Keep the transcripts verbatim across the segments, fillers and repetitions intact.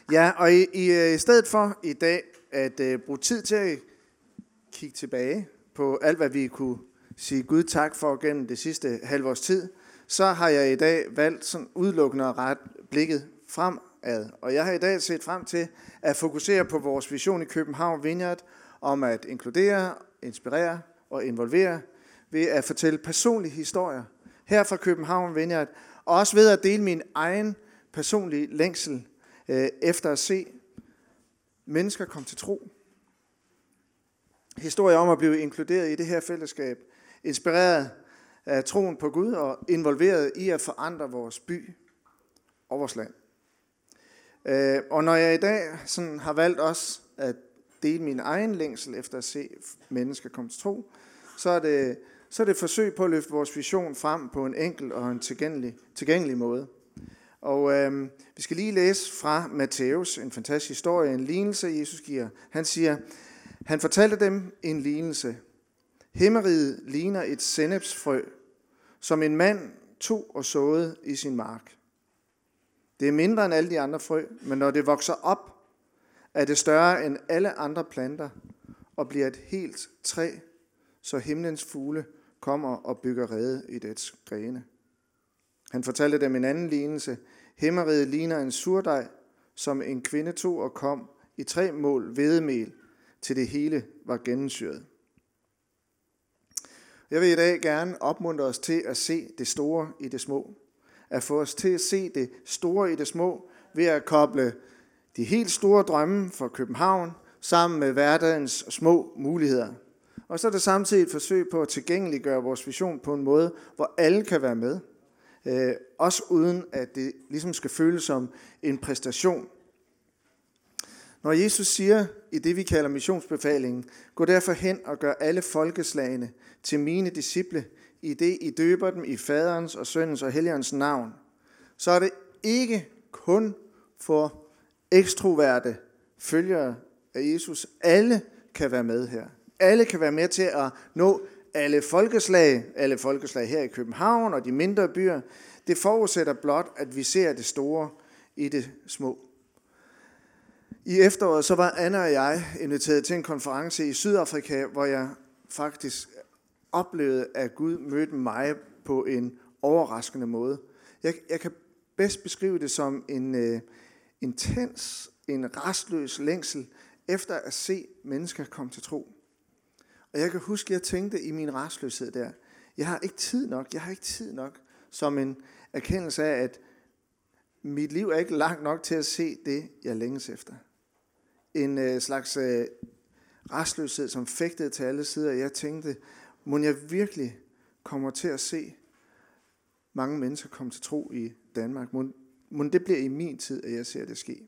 Ja, og i, i, i stedet for i dag at uh, bruge tid til at kigge tilbage på alt, hvad vi kunne sige Gud tak for gennem det sidste halve års tid, så har jeg i dag valgt sådan udelukkende at rette blikket fremad. Og jeg har i dag set frem til at fokusere på vores vision i København Vineyard om at inkludere, inspirere og involvere ved at fortælle personlige historier her fra København Vineyard, og også ved at dele min egen personlige længsel øh, efter at se mennesker komme til tro. Historier om at blive inkluderet i det her fællesskab, inspireret af troen på Gud og involveret i at forandre vores by og vores land. Øh, og når jeg i dag sådan har valgt også at dele min egen længsel efter at se mennesker komme til tro, så er det så er det et forsøg på at løfte vores vision frem på en enkel og en tilgængelig, tilgængelig måde. Og øh, vi skal lige læse fra Matthæus, en fantastisk historie, en lignelse Jesus giver. Han siger, han fortalte dem en lignelse. Himmeriget ligner et sennepsfrø, som en mand tog og såede i sin mark. Det er mindre end alle de andre frø, men når det vokser op, er det større end alle andre planter og bliver et helt træ, så himlens fugle kommer og bygger rede i dets grene. Han fortalte dem en anden lignelse. Himmeriget ligner en surdej, som en kvinde tog og kom i tre mål hvedemel, til det hele var gennemsyret. Jeg vil i dag gerne opmuntre os til at se det store i det små. At få os til at se det store i det små ved at koble de helt store drømme for København sammen med hverdagens små muligheder. Og så er det samtidig et forsøg på at tilgængeliggøre vores vision på en måde, hvor alle kan være med. Øh, også uden at det ligesom skal føles som en præstation. Når Jesus siger i det, vi kalder missionsbefalingen, gå derfor hen og gør alle folkeslagene til mine disciple, i det I døber dem i faderens og søndens og helligåndens navn, så er det ikke kun for ekstroverte følgere af Jesus. Alle kan være med her. Alle kan være med til at nå alle folkeslag, alle folkeslag her i København og de mindre byer. Det forudsætter blot, at vi ser det store i det små. I efteråret så var Anna og jeg inviteret til en konference i Sydafrika, hvor jeg faktisk oplevede, at Gud mødte mig på en overraskende måde. Jeg, jeg kan bedst beskrive det som en uh, intens, en rastløs længsel efter at se mennesker komme til tro. Og jeg kan huske, at jeg tænkte i min rastløshed der, jeg har ikke tid nok, jeg har ikke tid nok, som en erkendelse af, at mit liv er ikke langt nok til at se det, jeg længes efter. En øh, slags øh, rastløshed, som fægtede til alle sider. Jeg tænkte, må jeg virkelig kommer til at se mange mennesker komme til tro i Danmark? Må, må det bliver i min tid, at jeg ser det ske?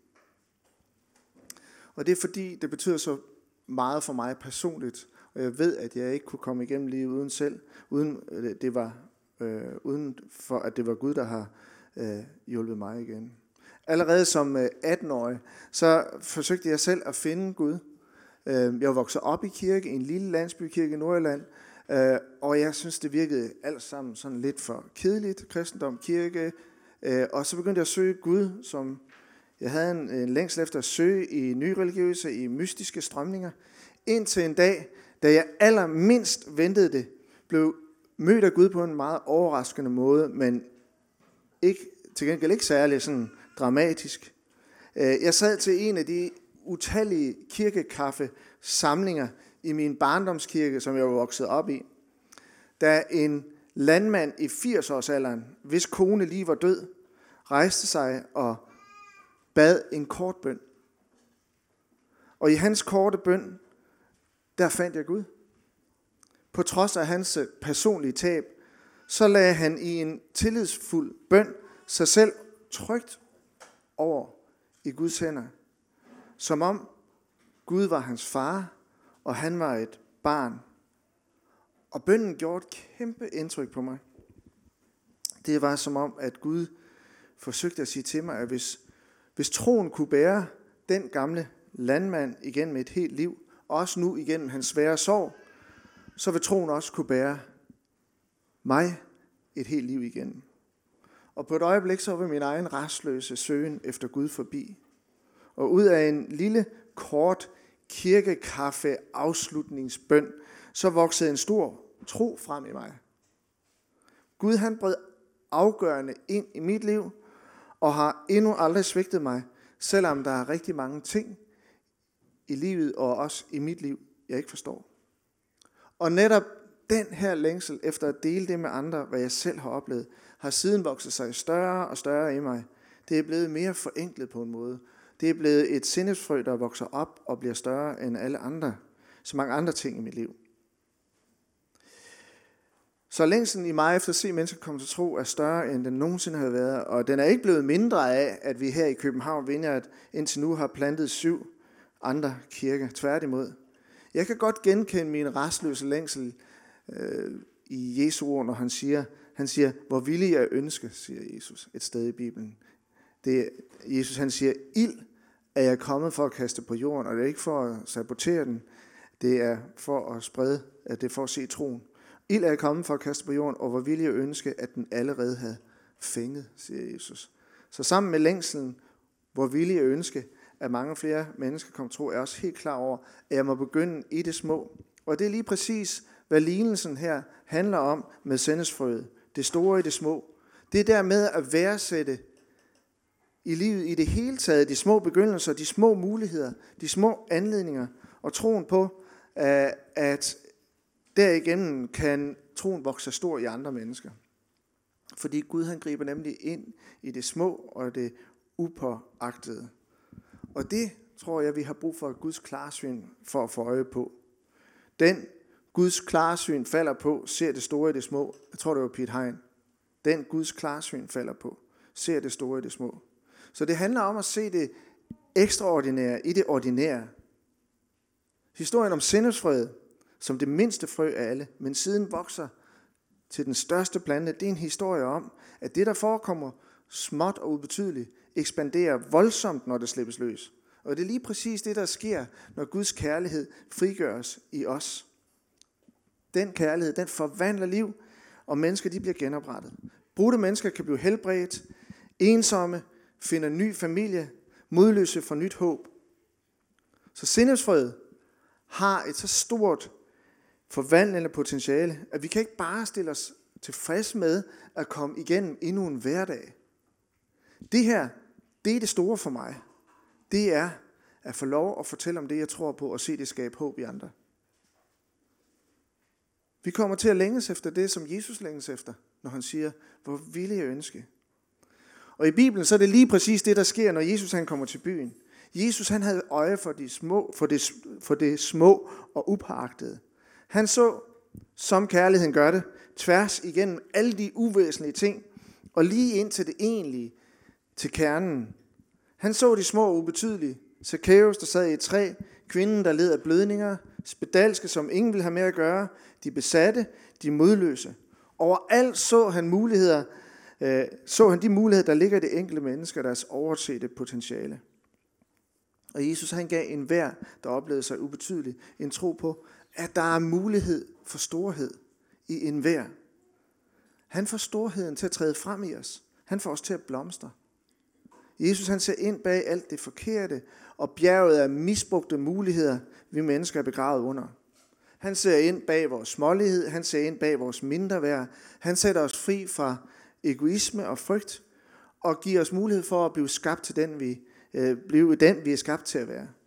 Og det er fordi, det betyder så meget for mig personligt, og jeg ved, at jeg ikke kunne komme igennem livet uden selv, uden det var, øh, uden for at det var Gud, der har øh, hjulpet mig igen. Allerede som øh, atten-årig, så forsøgte jeg selv at finde Gud. Øh, jeg var vokset op i kirke, i en lille landsbykirke i Nordjylland, øh, og jeg synes, det virkede alt sammen sådan lidt for kedeligt, kristendom, kirke, øh, og så begyndte jeg at søge Gud, som jeg havde en, en længsel efter at søge i nyreligiøse, i mystiske strømninger, indtil en dag, da jeg allermindst ventede det, blev mødt af Gud på en meget overraskende måde, men ikke, til gengæld ikke særlig sådan dramatisk. Jeg sad til en af de utallige kirkekaffe-samlinger i min barndomskirke, som jeg var vokset op i, da en landmand i firs-årsalderen, hvis kone lige var død, rejste sig og bad en kort bøn. Og i hans korte bøn, der fandt jeg Gud. På trods af hans personlige tab, så lagde han i en tillidsfuld bøn sig selv trygt over i Guds hænder. Som om Gud var hans far, og han var et barn. Og bønnen gjorde et kæmpe indtryk på mig. Det var som om, at Gud forsøgte at sige til mig, at hvis, hvis troen kunne bære den gamle landmand igennem et helt liv, også nu igennem hans svære sorg, så vil troen også kunne bære mig et helt liv igennem. Og på et øjeblik så var min egen rastløse søgen efter Gud forbi. Og ud af en lille, kort kirkekaffe afslutningsbøn, så voksede en stor tro frem i mig. Gud han brød afgørende ind i mit liv, og har endnu aldrig svigtet mig, selvom der er rigtig mange ting i livet og også i mit liv, jeg ikke forstår. Og netop den her længsel efter at dele det med andre, hvad jeg selv har oplevet, har siden vokset sig større og større i mig. Det er blevet mere forenklet på en måde. Det er blevet et sindhedsfrø, der vokser op og bliver større end alle andre, så mange andre ting i mit liv. Så længslen i mig efter at se mennesker komme til tro er større, end den nogensinde har været. Og den er ikke blevet mindre af, at vi her i København Vineyard indtil nu har plantet syv andre kirker. Tværtimod. Jeg kan godt genkende min restløse længsel øh, i Jesu ord, når han siger, han siger, hvor villig jeg ønske, siger Jesus et sted i Bibelen. Det, Jesus han siger, ild er jeg kommet for at kaste på jorden, og det er ikke for at sabotere den. Det er for at sprede, at det er for at se troen. Ild er kommet for at kaste på jorden, og hvor ville jeg ønske, at den allerede havde fænget, siger Jesus. Så sammen med længslen, hvor ville jeg ønske, at mange flere mennesker kommer tro, er jeg også helt klar over, at jeg må begynde i det små. Og det er lige præcis, hvad lignelsen her handler om med sandhedsfrøet. Det store i det små. Det er dermed at værdsætte i livet i det hele taget, de små begyndelser, de små muligheder, de små anledninger, og troen på, at derigennem kan troen vokse stor i andre mennesker. Fordi Gud han griber nemlig ind i det små og det upåagtede. Og det tror jeg, vi har brug for et Guds klarsyn for at få øje på. Den Guds klarsyn falder på, ser det store i det små. Jeg tror, det var Piet Hein. Den Guds klarsyn falder på, ser det store i det små. Så det handler om at se det ekstraordinære i det ordinære. Historien om sindhedsfrøet, som det mindste frø af alle, men siden vokser til den største plante, det er en historie om, at det, der forekommer småt og ubetydeligt, ekspanderer voldsomt, når det slippes løs. Og det er lige præcis det, der sker, når Guds kærlighed frigøres i os. Den kærlighed, den forvandler liv, og mennesker, de bliver genoprettet. Brudte mennesker kan blive helbredt, ensomme, finder ny familie, modløse for nyt håb. Så sindhedsfrøet har et så stort forvandlende potentiale, at vi kan ikke bare stille os tilfreds med at komme igennem endnu en hverdag. Det her, det er det store for mig. Det er at få lov at fortælle om det, jeg tror på, og se det skabe håb i andre. Vi kommer til at længes efter det, som Jesus længes efter, når han siger, hvor ville jeg ønske. Og i Bibelen, så er det lige præcis det, der sker, når Jesus han kommer til byen. Jesus han havde øje for, de små, for, det, for det små og upåagtede. Han så, som kærligheden gør det, tværs igennem alle de uvæsentlige ting, og lige ind til det egentlige, til kernen. Han så de små og ubetydelige. Zacchaeus, der sad i et træ, kvinden, der led af blødninger, spedalske, som ingen ville have med at gøre, de besatte, de modløse. Overalt så han muligheder, øh, så han de muligheder, der ligger i det enkelte menneske, deres oversete potentiale. Og Jesus han gav enhver, der oplevede sig ubetydelig, en tro på, at der er mulighed for storhed i enhver. Han får storheden til at træde frem i os. Han får os til at blomstre. Jesus han ser ind bag alt det forkerte og bjerget af misbrugte muligheder, vi mennesker er begravet under. Han ser ind bag vores smålighed, han ser ind bag vores mindreværd. Han sætter os fri fra egoisme og frygt og giver os mulighed for at blive skabt til den, vi, øh, blive den, vi er skabt til at være.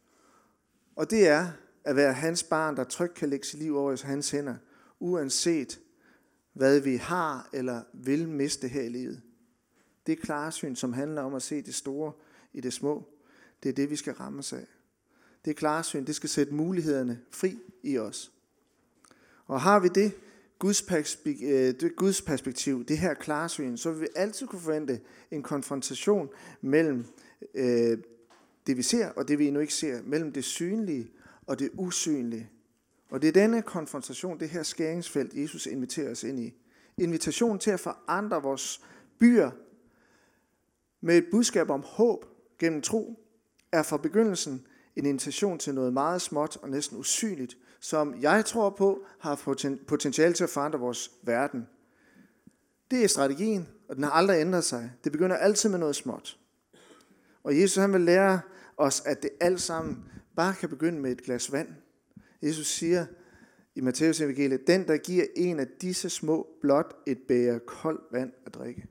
Og det er at være hans barn, der trygt kan lægge sit liv over i hans hænder, uanset hvad vi har eller vil miste her i livet. Det er klarsyn, som handler om at se det store i det små. Det er det, vi skal rammes af. Det er klarsyn, det skal sætte mulighederne fri i os. Og har vi det Guds perspektiv, det Guds perspektiv, det her klarsyn, så vil vi altid kunne forvente en konfrontation mellem øh, det, vi ser, og det, vi endnu ikke ser. Mellem det synlige og det usynlige. Og det er denne konfrontation, det her skæringsfelt, Jesus inviterer os ind i. Invitation til at forandre vores byer med et budskab om håb gennem tro, er fra begyndelsen en invitation til noget meget småt og næsten usynligt, som jeg tror på har potentiale til at forandre vores verden. Det er strategien, og den har aldrig ændret sig. Det begynder altid med noget småt. Og Jesus han vil lære os, at det alt sammen bare kan begynde med et glas vand. Jesus siger i Matteus evangeliet, den der giver en af disse små blot et bæger koldt vand at drikke.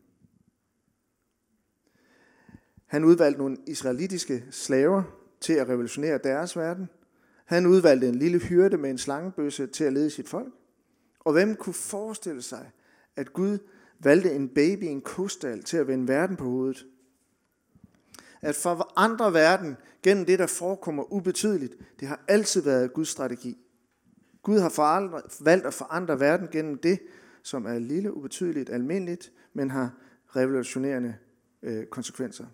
Han udvalgte nogle israelitiske slaver til at revolutionere deres verden. Han udvalgte en lille hyrde med en slangebøsse til at lede sit folk. Og hvem kunne forestille sig, at Gud valgte en baby i en kostal til at vende verden på hovedet? At forandre verden gennem det, der forekommer ubetydeligt, det har altid været Guds strategi. Gud har valgt at forandre verden gennem det, som er lille, ubetydeligt, almindeligt, men har revolutionerende øh, konsekvenser.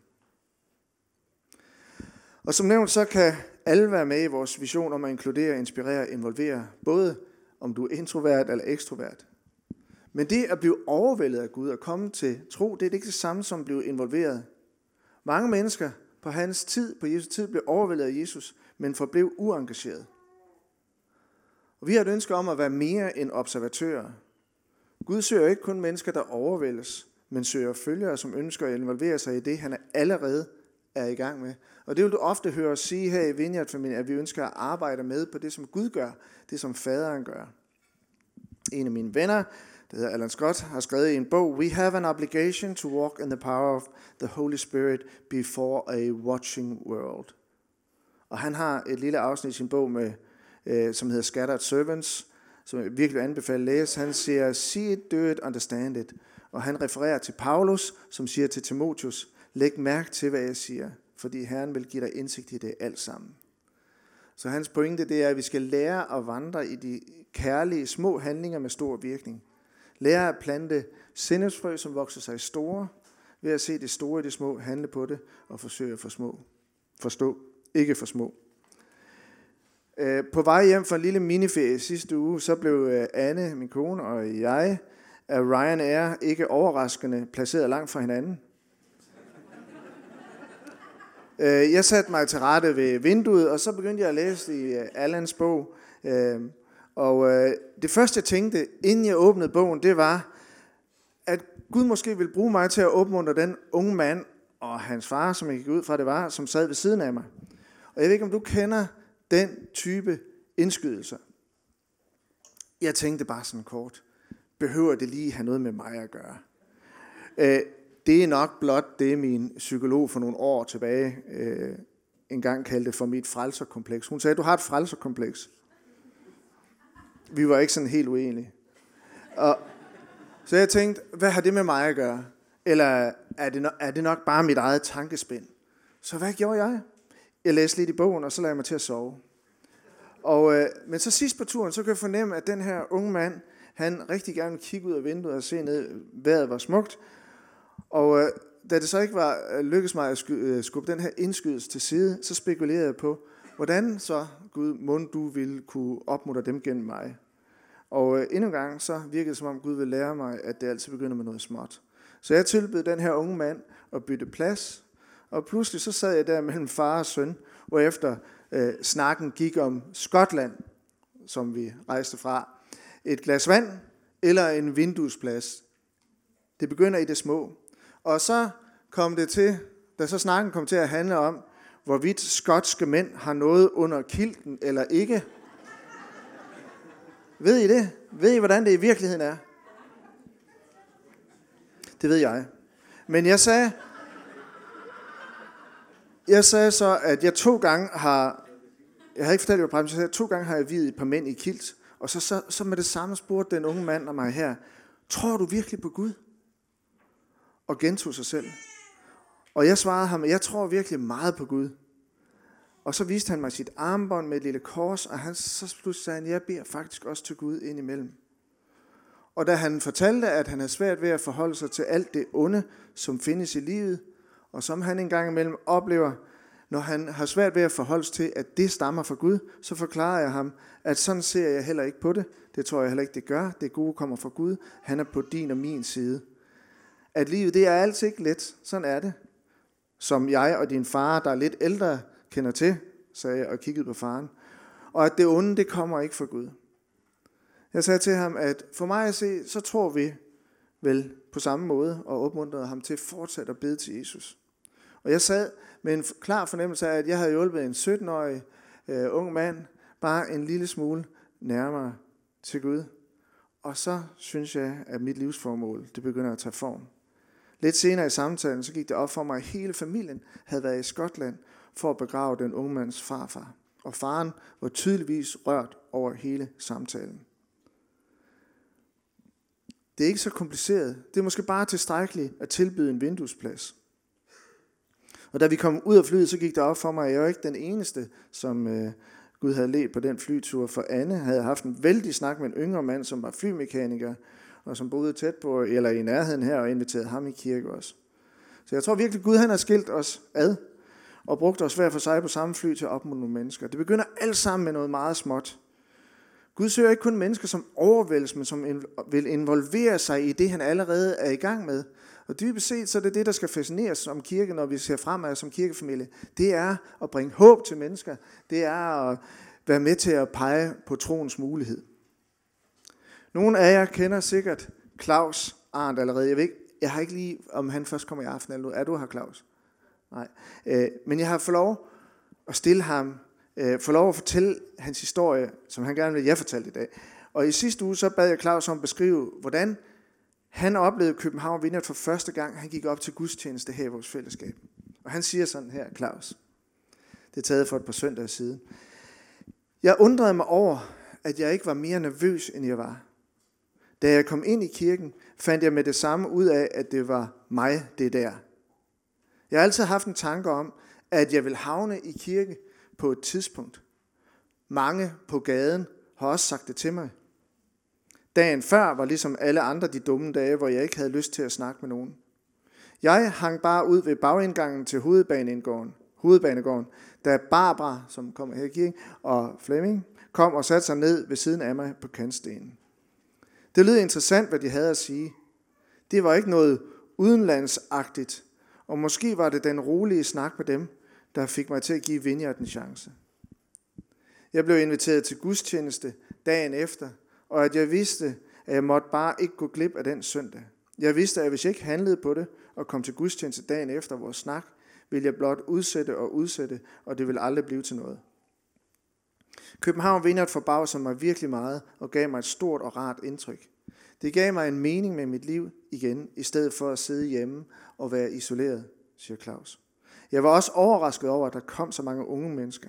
Og som nævnt, så kan alle være med i vores vision om at inkludere, inspirere og involvere, både om du er introvert eller ekstrovert. Men det at blive overvældet af Gud og komme til tro, det er ikke det samme som at blive involveret. Mange mennesker på hans tid, på Jesu tid, blev overvældet af Jesus, men forblev uengageret. Og vi har et ønske om at være mere end observatører. Gud søger ikke kun mennesker, der overvældes, men søger følgere, som ønsker at involvere sig i det, han allerede er i gang med. Og det vil du ofte høre os sige her i Vineyard-familien, at vi ønsker at arbejde med på det, som Gud gør, det som faderen gør. En af mine venner, der hedder Alan Scott, har skrevet i en bog, We have an obligation to walk in the power of the Holy Spirit before a watching world. Og han har et lille afsnit i sin bog, med, øh, som hedder Scattered Servants, som jeg virkelig vil anbefale at læse. Han siger, see it, do it, understand it. Og han refererer til Paulus, som siger til Timotheus, læg mærke til, hvad jeg siger, fordi Herren vil give dig indsigt i det alt sammen. Så hans pointe, det er, at vi skal lære at vandre i de kærlige små handlinger med stor virkning. Lære at plante sindhedsfrø, som vokser sig store, ved at se det store i det små, handle på det og forsøge at for små. Forstå, ikke for små. På vej hjem fra en lille miniferie sidste uge, så blev Anne, min kone og jeg af Ryanair ikke overraskende placeret langt fra hinanden. Jeg satte mig til rette ved vinduet, og så begyndte jeg at læse i Allans bog. Og det første jeg tænkte, inden jeg åbnede bogen, det var, at Gud måske ville bruge mig til at opmuntre den unge mand og hans far, som jeg gik ud fra det var, som sad ved siden af mig. Og jeg ved ikke, om du kender den type indskydelser. Jeg tænkte bare sådan kort, behøver det lige have noget med mig at gøre? Det er nok blot det, min psykolog for nogle år tilbage øh, engang kaldte for mit frelserkompleks. Hun sagde, du har et frelserkompleks. Vi var ikke sådan helt uenige. Og, så jeg tænkte, hvad har det med mig at gøre? Eller er det, nok, er det nok bare mit eget tankespind? Så hvad gjorde jeg? Jeg læste lidt i bogen, og så lagde jeg mig til at sove. Og, øh, men så sidst på turen, så kan jeg fornemme, at den her unge mand, han rigtig gerne ville kigge ud af vinduet og se ned, vejret var smukt. Og øh, da det så ikke var lykkedes mig at sky, skubbe den her indskydelse til side, så spekulerede jeg på, hvordan så, Gud, må du ville kunne opmuntre dem gennem mig. Og øh, endnu en gang, så virkede det som om Gud ville lære mig, at det altid begynder med noget småt. Så jeg tilbød den her unge mand at bytte plads, og pludselig så sad jeg der mellem far og søn, og efter øh, snakken gik om Skotland, som vi rejste fra, et glas vand eller en vinduesplads. Det begynder i det små. Og så kom det til, da så snakken kom til at handle om, hvorvidt skotske mænd har noget under kilten eller ikke. Ved I det? Ved I, hvordan det i virkeligheden er? Det ved jeg. Men jeg sagde, jeg sagde så, at jeg to gange har, jeg har ikke fortalt jer på præmsen, to gange har jeg viet et par mænd i kilt, og så, så, så med det samme spurgte den unge mand og mig her, tror du virkelig på Gud? Og gentog sig selv. Og jeg svarede ham, jeg tror virkelig meget på Gud. Og så viste han mig sit armbånd med et lille kors, og han, så pludselig sagde han, jeg beder faktisk også til Gud indimellem. Og da han fortalte, at han havde svært ved at forholde sig til alt det onde, som findes i livet, og som han engang imellem oplever, når han har svært ved at forholde sig til, at det stammer fra Gud, så forklarer jeg ham, at sådan ser jeg heller ikke på det. Det tror jeg heller ikke, det gør. Det gode kommer fra Gud. Han er på din og min side. At livet, det er altid ikke let. Sådan er det. Som jeg og din far, der er lidt ældre, kender til, sagde jeg og kiggede på faren. Og at det onde, det kommer ikke fra Gud. Jeg sagde til ham, at for mig at se, så tror vi vel på samme måde, og opmuntrede ham til at fortsætte at bede til Jesus. Og jeg sad med en klar fornemmelse af, at jeg havde hjulpet en sytten-årig øh, ung mand bare en lille smule nærmere til Gud. Og så synes jeg, at mit livsformål, det begynder at tage form. Lidt senere i samtalen, så gik det op for mig, at hele familien havde været i Skotland for at begrave den unge mands farfar. Og faren var tydeligvis rørt over hele samtalen. Det er ikke så kompliceret. Det er måske bare tilstrækkeligt at tilbyde en vinduesplads. Og da vi kom ud af flyet, så gik det op for mig, at jeg var ikke den eneste, som øh, Gud havde ledt på den flytur. For Anne havde haft en vældig snak med en yngre mand, som var flymekaniker, og som boede tæt på, eller i nærheden her, og inviterede ham i kirke også. Så jeg tror virkelig, at Gud han har skilt os ad, og brugt os hver for sig på samme fly til at opmuntre nogle mennesker. Det begynder alt sammen med noget meget småt. Gud søger ikke kun mennesker, som overvældes, men som vil involvere sig i det, han allerede er i gang med. Og dybest set, så er det det, der skal fascineres om kirken, når vi ser fremad som kirkefamilie. Det er at bringe håb til mennesker. Det er at være med til at pege på troens mulighed. Nogle af jer kender sikkert Claus Arndt allerede. Jeg ved ikke, jeg har ikke lige, om han først kommer i aften eller noget. Er du her, Claus? Nej. Øh, men jeg har fået lov at stille ham, øh, fået lov at fortælle hans historie, som han gerne vil, jeg fortalte i dag. Og i sidste uge, så bad jeg Claus om at beskrive, hvordan han oplevede København Vineyard for første gang. Han gik op til gudstjeneste her i vores fællesskab. Og han siger sådan her, Claus. Det er taget for et par søndage siden. Jeg undrede mig over, at jeg ikke var mere nervøs, end jeg var. Da jeg kom ind i kirken, fandt jeg med det samme ud af, at det var mig, det der. Jeg har altid haft en tanke om, at jeg vil havne i kirke på et tidspunkt. Mange på gaden har også sagt det til mig. Dagen før var ligesom alle andre de dumme dage, hvor jeg ikke havde lyst til at snakke med nogen. Jeg hang bare ud ved bagindgangen til hovedbanegården, hovedbanegården da Barbara, som kommer her i kirken, og Flemming kom og satte sig ned ved siden af mig på kantstenen. Det lød interessant, hvad de havde at sige. Det var ikke noget udenlandsagtigt, og måske var det den rolige snak med dem, der fik mig til at give Vineyard en chance. Jeg blev inviteret til gudstjeneste dagen efter, og at jeg vidste, at jeg måtte bare ikke gå glip af den søndag. Jeg vidste, at hvis jeg ikke handlede på det og kom til gudstjeneste dagen efter vores snak, ville jeg blot udsætte og udsætte, og det ville aldrig blive til noget. København Vineyard forbavsede mig virkelig meget og gav mig et stort og rart indtryk. Det gav mig en mening med mit liv igen, i stedet for at sidde hjemme og være isoleret, siger Claus. Jeg var også overrasket over, at der kom så mange unge mennesker.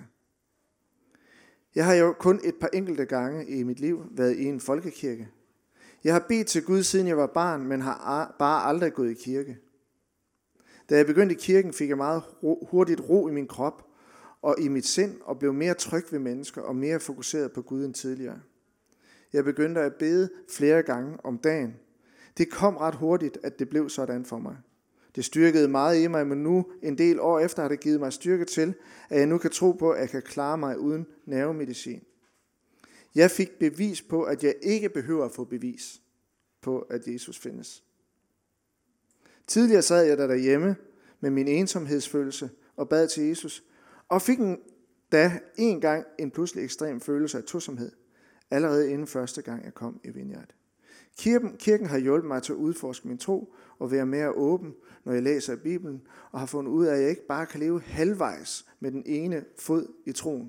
Jeg har jo kun et par enkelte gange i mit liv været i en folkekirke. Jeg har bedt til Gud, siden jeg var barn, men har bare aldrig gået i kirke. Da jeg begyndte i kirken, fik jeg meget hurtigt ro i min krop og i mit sind, og blev mere tryg ved mennesker og mere fokuseret på Gud end tidligere. Jeg begyndte at bede flere gange om dagen. Det kom ret hurtigt, at det blev sådan for mig. Det styrkede meget i mig, men nu, en del år efter, har det givet mig styrke til, at jeg nu kan tro på, at jeg kan klare mig uden nervemedicin. Jeg fik bevis på, at jeg ikke behøver at få bevis på, at Jesus findes. Tidligere sad jeg der derhjemme med min ensomhedsfølelse og bad til Jesus, og fik en, da en gang en pludselig ekstrem følelse af tosomhed, allerede inden første gang jeg kom i Vineyard. Kirken, kirken har hjulpet mig til at udforske min tro og være mere åben, når jeg læser Bibelen, og har fundet ud af, at jeg ikke bare kan leve halvvejs med den ene fod i troen.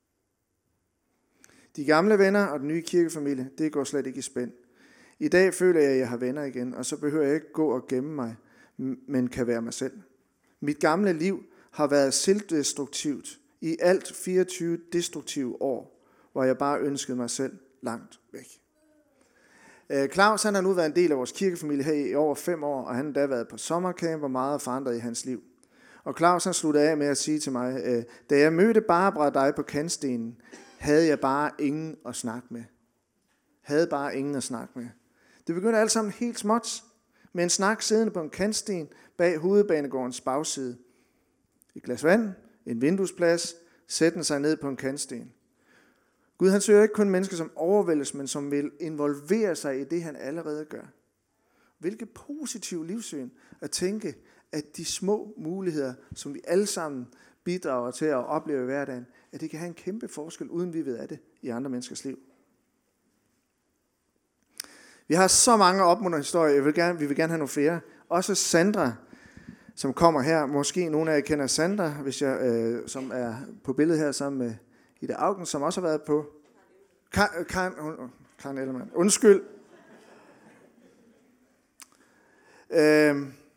De gamle venner og den nye kirkefamilie, det går slet ikke i spænd. I dag føler jeg, at jeg har venner igen, og så behøver jeg ikke gå og gemme mig, men kan være mig selv. Mit gamle liv har været selvdestruktivt i alt fireogtyve destruktive år, hvor jeg bare ønskede mig selv langt væk. Claus han har nu været en del af vores kirkefamilie her i over fem år, og han har da været på sommercamp og meget forandret i hans liv. Og Claus han sluttede af med at sige til mig, da jeg mødte Barbara og dig på kantstenen, havde jeg bare ingen at snakke med. Havde bare ingen at snakke med. Det begyndte alt sammen helt småt, med en snak siddende på en kantsten bag hovedbanegårdens bagside. Et glas vand, en vinduesplads, sætten sig ned på en kantsten. Gud han søger ikke kun mennesker, som overvældes, men som vil involvere sig i det, han allerede gør. Hvilket positiv livssyn at tænke, at de små muligheder, som vi alle sammen bidrager til at opleve i hverdagen, at det kan have en kæmpe forskel, uden vi ved af det, i andre menneskers liv. Vi har så mange opmuntrende historier, jeg vil gerne, vi vil gerne have nogle flere. Også Sandra som kommer her. Måske nogle af jer kender Sandra, hvis jeg, øh, som er på billedet her sammen med Ida Augen, som også har været på Karen, Karen, Karen Ellemann. Undskyld. Øh,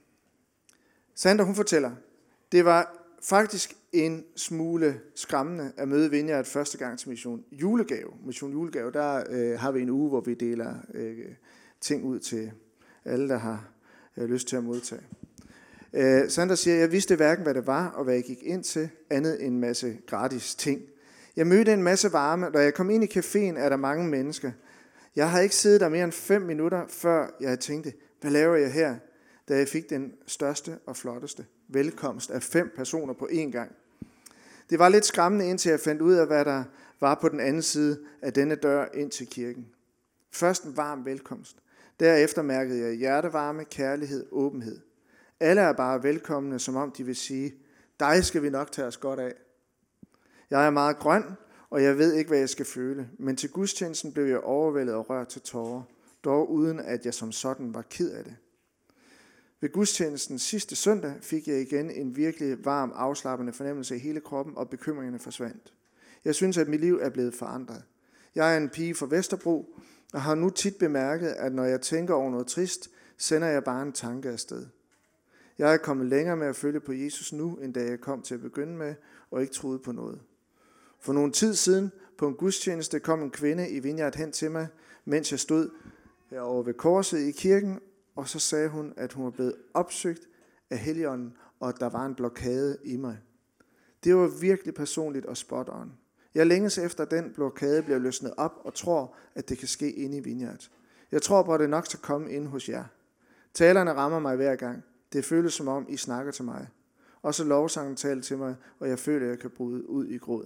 Sandra, hun fortæller, det var faktisk en smule skræmmende at møde Vineyard første gang til Mission Julegave. Mission Julegave, der øh, har vi en uge, hvor vi deler øh, ting ud til alle, der har øh, lyst til at modtage. Øh, Sandra siger, jeg vidste hverken, hvad det var, og hvad jeg gik ind til, andet end en masse gratis ting. Jeg mødte en masse varme, da jeg kom ind i caféen, er der mange mennesker. Jeg har ikke siddet der mere end fem minutter, før jeg tænkte, hvad laver jeg her? Da jeg fik den største og flotteste velkomst af fem personer på én gang. Det var lidt skræmmende, indtil jeg fandt ud af, hvad der var på den anden side af denne dør ind til kirken. Først en varm velkomst. Derefter mærkede jeg hjertevarme, kærlighed, åbenhed. Alle er bare velkomne, som om de vil sige, dig skal vi nok tage os godt af. Jeg er meget grøn, og jeg ved ikke, hvad jeg skal føle, men til gudstjenesten blev jeg overvældet og rørt til tårer, dog uden at jeg som sådan var ked af det. Ved gudstjenesten sidste søndag fik jeg igen en virkelig varm, afslappende fornemmelse i hele kroppen, og bekymringerne forsvandt. Jeg synes, at mit liv er blevet forandret. Jeg er en pige fra Vesterbro, og har nu tit bemærket, at når jeg tænker over noget trist, sender jeg bare en tanke afsted. Jeg er kommet længere med at følge på Jesus nu, end da jeg kom til at begynde med, og ikke troede på noget. For nogle tid siden på en gudstjeneste kom en kvinde i Vineyard hen til mig, mens jeg stod herovre ved korset i kirken, og så sagde hun, at hun var blevet opsøgt af Helligånden, og at der var en blokade i mig. Det var virkelig personligt og spot on. Jeg længes efter, at den blokade bliver løsnet op, og tror, at det kan ske inde i Vineyard. Jeg tror på, at det nok skal komme ind hos jer. Talerne rammer mig hver gang. Det føles som om, I snakker til mig. Også lovsangen taler til mig, og jeg føler, at jeg kan bryde ud i gråd.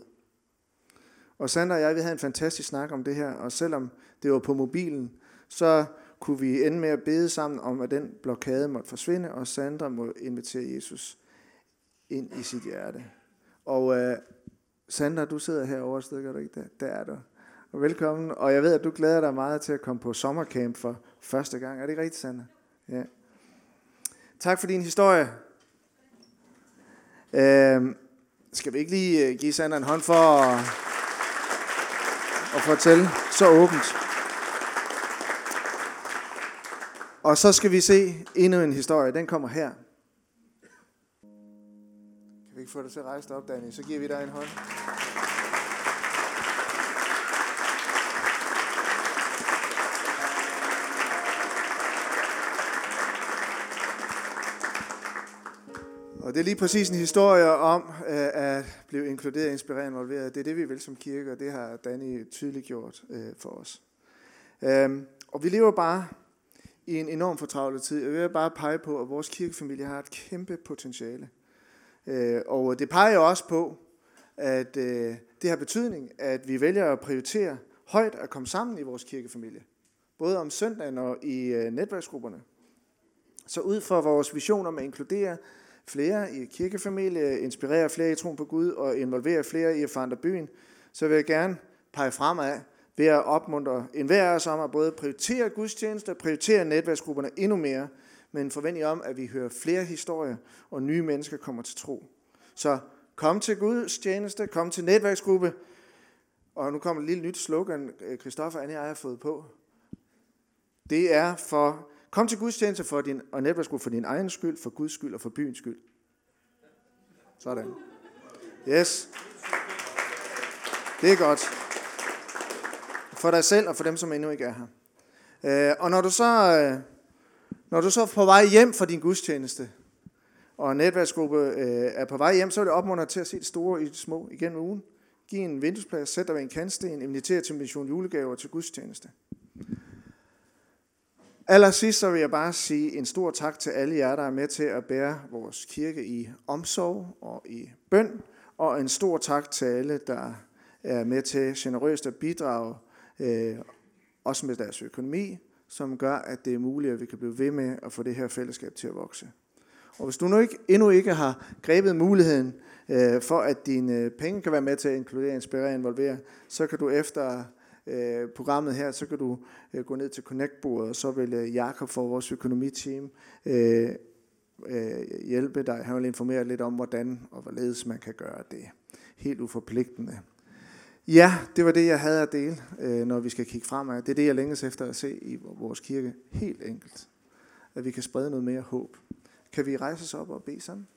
Og Sandra og jeg, vi havde en fantastisk snak om det her, og selvom det var på mobilen, så kunne vi ende med at bede sammen om, at den blokade måtte forsvinde, og Sandra må invitere Jesus ind i sit hjerte. Og uh, Sandra, du sidder herovre et sted, gør du ikke det? Der er du. Og velkommen, og jeg ved, at du glæder dig meget til at komme på sommercamp for første gang. Er det ikke rigtigt, Sandra? Ja. Tak for din historie. Uh, skal vi ikke lige give Sandra en hånd for at, at fortælle så åbent? Og så skal vi se endnu en historie. Den kommer her. Kan vi ikke få dig til at rejse dig op, Danny? Så giver vi dig en hånd. Og det er lige præcis en historie om at blive inkluderet, inspireret og involveret. Det er det, vi vil som kirke, og det har Danny tydeligt gjort for os. Og vi lever bare i en enorm fortravlet tid. Jeg vil bare pege på, at vores kirkefamilie har et kæmpe potentiale. Og det peger også på, at det har betydning, at vi vælger at prioritere højt at komme sammen i vores kirkefamilie. Både om søndagen og i netværksgrupperne. Så ud fra vores vision om at inkludere flere i kirkefamilie, inspirere flere i troen på Gud og involvere flere i at forandre byen, så vil jeg gerne pege fremad ved at opmuntre enhver af os om at både prioritere gudstjenester, prioritere netværksgrupperne endnu mere, med en forventning om, at vi hører flere historier, og nye mennesker kommer til tro. Så kom til gudstjeneste, kom til netværksgruppe, og nu kommer et lille nyt slogan, Christoffer og Anne og jeg har fået på. Det er for, kom til gudstjeneste for din, og netværksgruppe for din egen skyld, for Guds skyld og for byens skyld. Sådan. Yes. Det er godt. For dig selv og for dem, som endnu ikke er her. Og når du så, når du så er på vej hjem fra din gudstjeneste, og netværksgruppe er på vej hjem, så er det opmuntret til at se det store i det små igennem ugen. Giv en vinduesplads, sæt dig ved en kantsten, inviter til Mission Julegave og til gudstjeneste. Allersidst så vil jeg bare sige en stor tak til alle jer, der er med til at bære vores kirke i omsorg og i bøn, og en stor tak til alle, der er med til generøst at bidrage, øh, også med deres økonomi, som gør, at det er muligt, at vi kan blive ved med at få det her fællesskab til at vokse. Og hvis du nu ikke, endnu ikke har grebet muligheden øh, for, at dine penge kan være med til at inkludere, inspirere og involvere, så kan du efter øh, programmet her, så kan du øh, gå ned til Connect-bordet, og så vil øh, Jakob fra vores økonomiteam øh, øh, hjælpe dig. Han vil informere lidt om, hvordan og hvorledes man kan gøre det. Helt uforpligtende. Ja, det var det, jeg havde at dele, øh, når vi skal kigge fremad. Det er det, jeg længes efter at se i vores kirke. Helt enkelt. At vi kan sprede noget mere håb. Kan vi rejse os op og bede sammen?